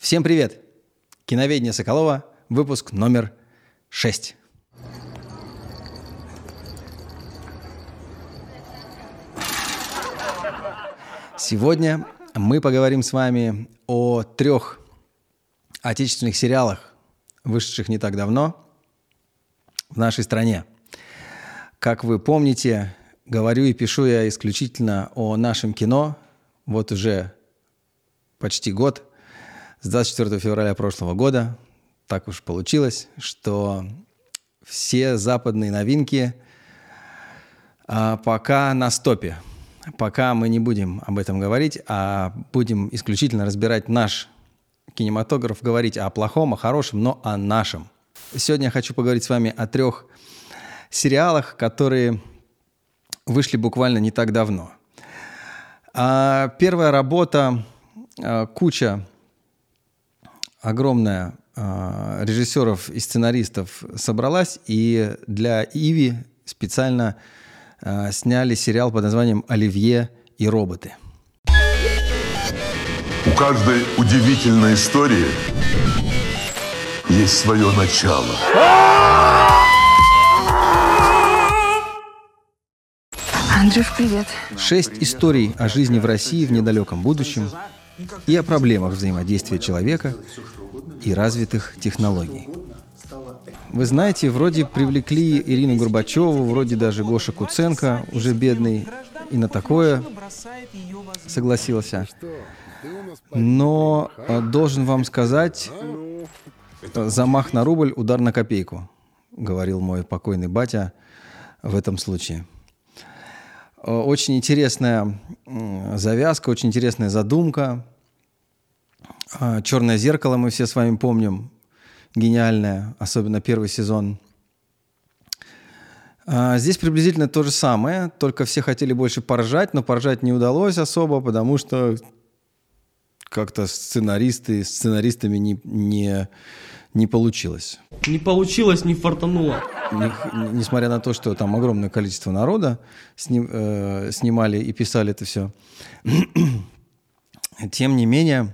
Всем привет! Киноведение Соколова, выпуск номер 6. Сегодня мы поговорим с вами о 3 отечественных сериалах, вышедших не так давно в нашей стране. Как вы помните, говорю и пишу я исключительно о нашем кино. Вот уже почти год, с 24 февраля прошлого года, так уж получилось, что все западные новинки пока на стопе. Пока мы не будем об этом говорить, а будем исключительно разбирать наш кинематограф, говорить о плохом, о хорошем, но о нашем. Сегодня я хочу поговорить с вами о 3 сериалах, которые вышли буквально не так давно. Первая работа, куча огромная режиссеров и сценаристов собралась, и для Иви специально сняли сериал под названием «Оливье и роботы». У каждой удивительной истории есть свое начало. Андрюш, привет. 6 историй о жизни в России в недалеком будущем и о проблемах взаимодействия человека и развитых технологий. Вы знаете, вроде привлекли Ирину Горбачеву, вроде даже Гоша Куценко, уже бедный, и на такое согласился. Но должен вам сказать, замах на рубль, удар на копейку, говорил мой покойный батя в этом случае. Очень интересная завязка, очень интересная задумка. «Черное зеркало» мы все с вами помним. Гениальное, особенно первый сезон. Здесь приблизительно то же самое, только все хотели больше поржать, но поржать не удалось особо, потому что как-то сценаристами не получилось. Не получилось, не фартануло. Несмотря на то, что там огромное количество народа снимали и писали это все, тем не менее,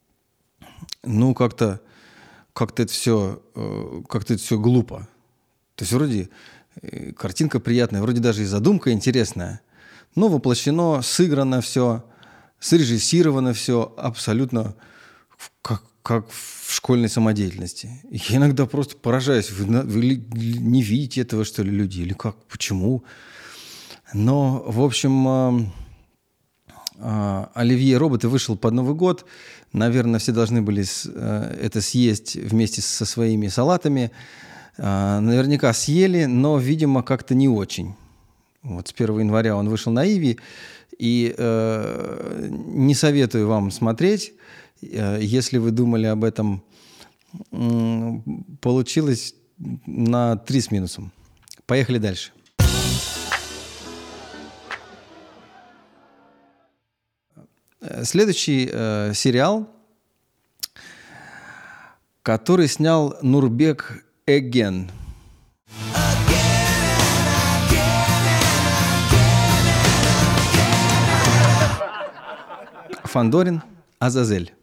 как-то это все глупо. То есть вроде картинка приятная, вроде даже и задумка интересная, но воплощено, сыграно все, срежиссировано все абсолютно как в школьной самодеятельности. Я иногда просто поражаюсь, вы не видите этого, что ли, люди? Или как? Почему? Но, в общем, «Оливье и роботы» вышел под Новый год. Наверное, все должны были это съесть вместе со своими салатами. Наверняка съели, но, видимо, как-то не очень. Вот с 1 января он вышел на Иви. И не советую вам смотреть. Если вы думали об этом, получилось на 3 с минусом. Поехали дальше. Следующий сериал, который снял Нурбек Эген. Фандорин, Азазель.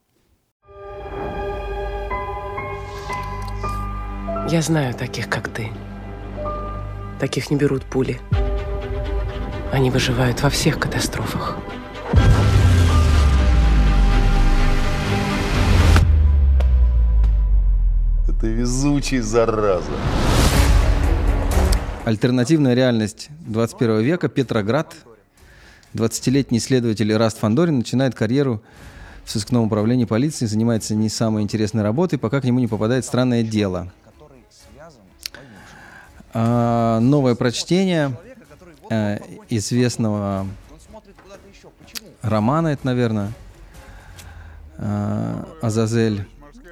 Я знаю таких, как ты. Таких не берут пули. Они выживают во всех катастрофах. Ты везучий, зараза. Альтернативная реальность 21 века. Петроград. 20-летний следователь Ираст Фандорин начинает карьеру в сыскном управлении полиции, занимается не самой интересной работой, пока к нему не попадает странное дело. Новое прочтение известного романа, это, наверное, «Азазель».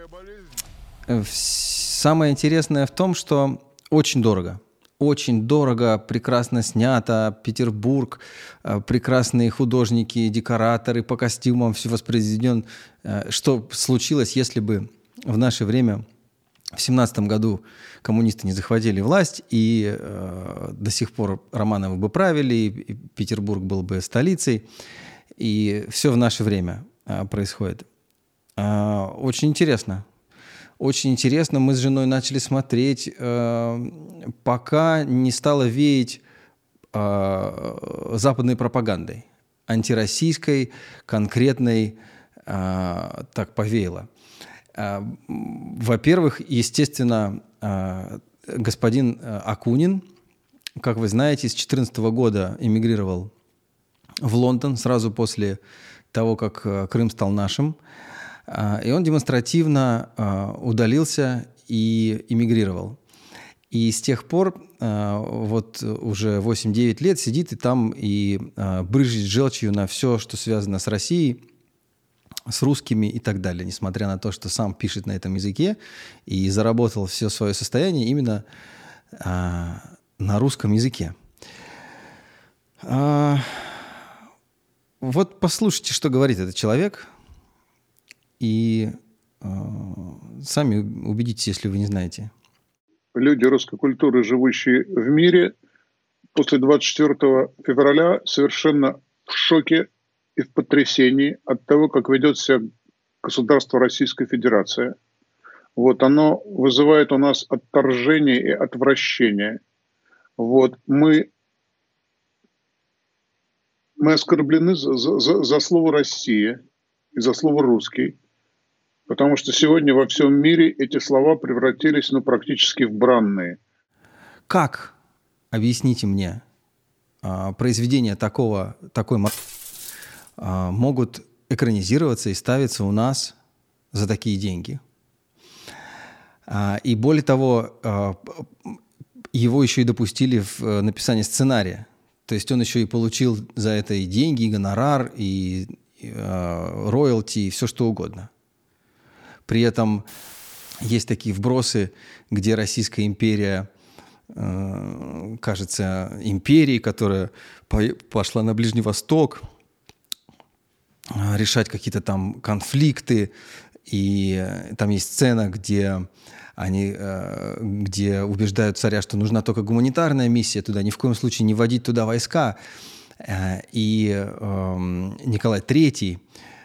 Самое интересное в том, что очень дорого. Очень дорого, прекрасно снято, Петербург, прекрасные художники, декораторы, по костюмам все воспроизведено. Что случилось, если бы в наше время, в 1917 году, коммунисты не захватили власть, и до сих пор Романовы бы правили, и Петербург был бы столицей, и все в наше время происходит. Очень интересно. Очень интересно. Мы с женой начали смотреть, пока не стало веять западной пропагандой. Антироссийской, конкретной, так повеяло. Во-первых, естественно, господин Акунин, как вы знаете, с 2014 года эмигрировал в Лондон сразу после того, как Крым стал нашим. И он демонстративно удалился и эмигрировал. И с тех пор вот уже 8-9 лет сидит и там и брызжет желчью на все, что связано с Россией, с русскими и так далее, несмотря на то, что сам пишет на этом языке и заработал все свое состояние именно на русском языке. Вот послушайте, что говорит этот человек, и сами убедитесь, если вы не знаете. Люди русской культуры, живущие в мире, после 24 февраля совершенно в шоке и в потрясении от того, как ведет себя государство Российской Федерации. Вот, оно вызывает у нас отторжение и отвращение. Вот, мы оскорблены за слово «Россия» и за слово «русский». Потому что сегодня во всем мире эти слова превратились практически в бранные. Как, объясните мне, произведения такой могут экранизироваться и ставиться у нас за такие деньги? И более того, его еще и допустили в написание сценария. То есть он еще и получил за это и деньги, и гонорар, и роялти, и все что угодно. При этом есть такие вбросы, где Российская империя кажется империей, которая пошла на Ближний Восток решать какие-то там конфликты. И там есть сцена, где убеждают царя, что нужна только гуманитарная миссия туда, ни в коем случае не вводить туда войска. И Николай III,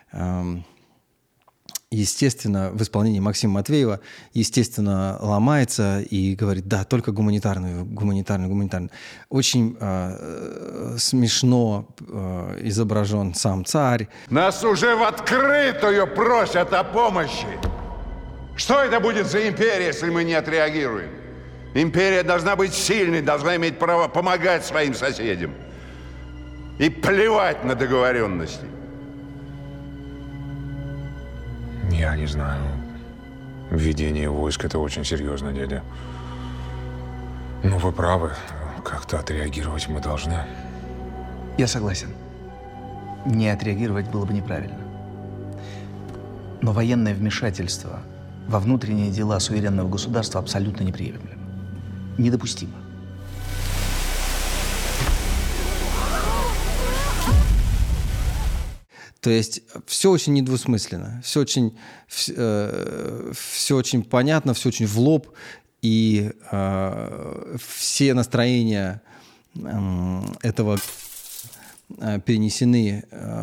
естественно, в исполнении Максима Матвеева, естественно, ломается и говорит, да, только гуманитарную. Очень смешно изображен сам царь. Нас уже в открытую просят о помощи. Что это будет за империя, если мы не отреагируем? Империя должна быть сильной, должна иметь право помогать своим соседям. И плевать на договоренности. Я не знаю. Введение войск – это очень серьезно, дядя. Но вы правы. Как-то отреагировать мы должны. Я согласен. Не отреагировать было бы неправильно. Но военное вмешательство во внутренние дела суверенного государства абсолютно неприемлемо. Недопустимо. То есть все очень недвусмысленно, все очень понятно, все очень в лоб, и все настроения этого перенесены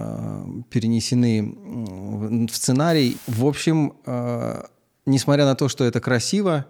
в сценарий. В общем, несмотря на то, что это красиво,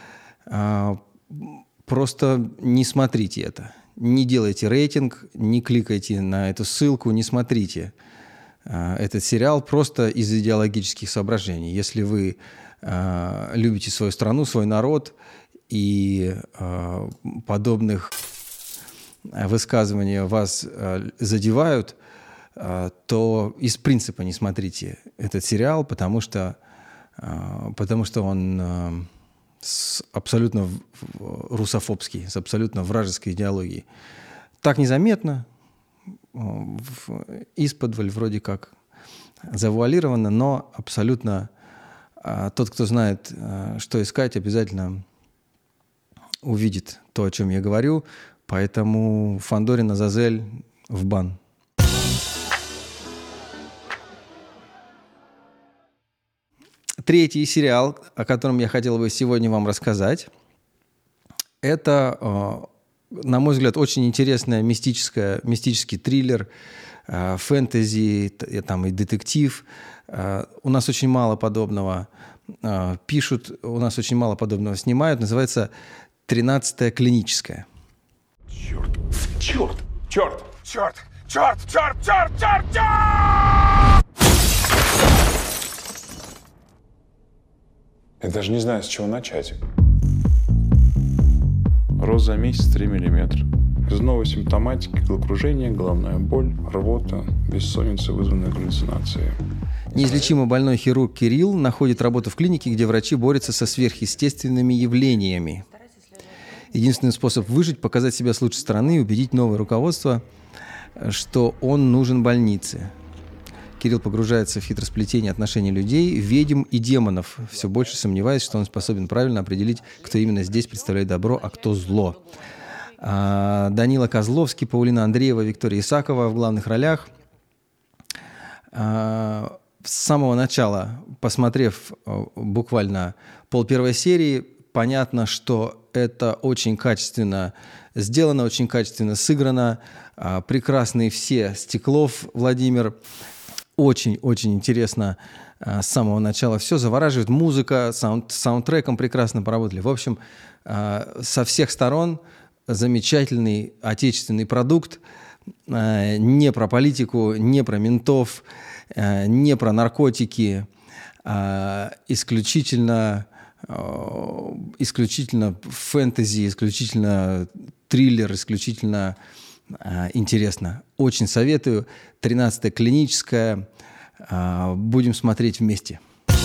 просто не смотрите это. Не делайте рейтинг, не кликайте на эту ссылку, не смотрите этот сериал просто из идеологических соображений. Если вы любите свою страну, свой народ, и подобных высказываний вас задевают, то из принципа не смотрите этот сериал, потому что он абсолютно русофобский, с абсолютно вражеской идеологией. Так незаметно, исподволь вроде как завуалировано, но абсолютно тот, кто знает, что искать, обязательно увидит то, о чем я говорю. Поэтому Фандорин, Азазель в бан. Третий сериал, о котором я хотел бы сегодня вам рассказать, это, на мой взгляд, очень интересный мистический триллер фэнтези, там и детектив. У нас очень мало подобного пишут, у нас очень мало подобного снимают. Называется «13-я клиническая». Черт! Черт! Черт! Черт! Черт! Черт! Черт! Черт! Черт! Я даже не знаю, с чего начать. Рост за месяц 3 миллиметра. Из новой симптоматики: головокружение, головная боль, рвота, бессонница, вызванная галлюцинацией. Неизлечимо больной хирург Кирилл находит работу в клинике, где врачи борются со сверхъестественными явлениями. Единственный способ выжить – показать себя с лучшей стороны и убедить новое руководство, что он нужен больнице. Кирилл погружается в хитросплетение отношений людей, ведьм и демонов, все больше сомневаясь, что он способен правильно определить, кто именно здесь представляет добро, а кто зло. Данила Козловский, Паулина Андреева, Виктория Исакова в главных ролях. С самого начала, посмотрев буквально полпервой серии, понятно, что это очень качественно сделано, очень качественно сыграно. Прекрасные все. Стеклов Владимир. Очень-очень интересно с самого начала все. Завораживает музыка, с саундтреком прекрасно поработали. В общем, со всех сторон замечательный отечественный продукт. Не про политику, не про ментов, не про наркотики. Исключительно фэнтези, исключительно триллер, исключительно интересно. Очень советую. 13-я клиническая. Будем смотреть вместе.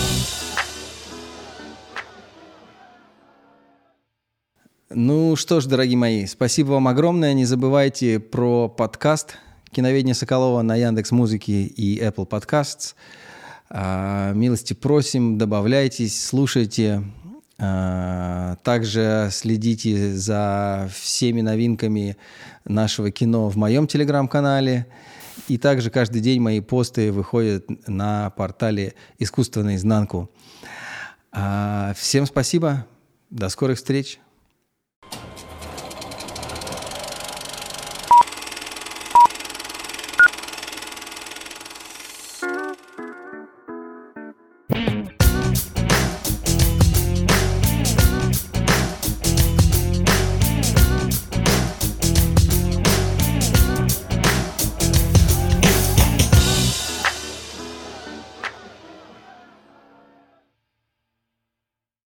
Ну что ж, дорогие мои, спасибо вам огромное. Не забывайте про подкаст «Киноведение Соколова» на Яндекс.Музыке и Apple Podcasts. Милости просим, добавляйтесь, слушайте. Также следите за всеми новинками нашего кино в моем телеграм-канале. И также каждый день мои посты выходят на портале «Искусство наизнанку». Всем спасибо. До скорых встреч.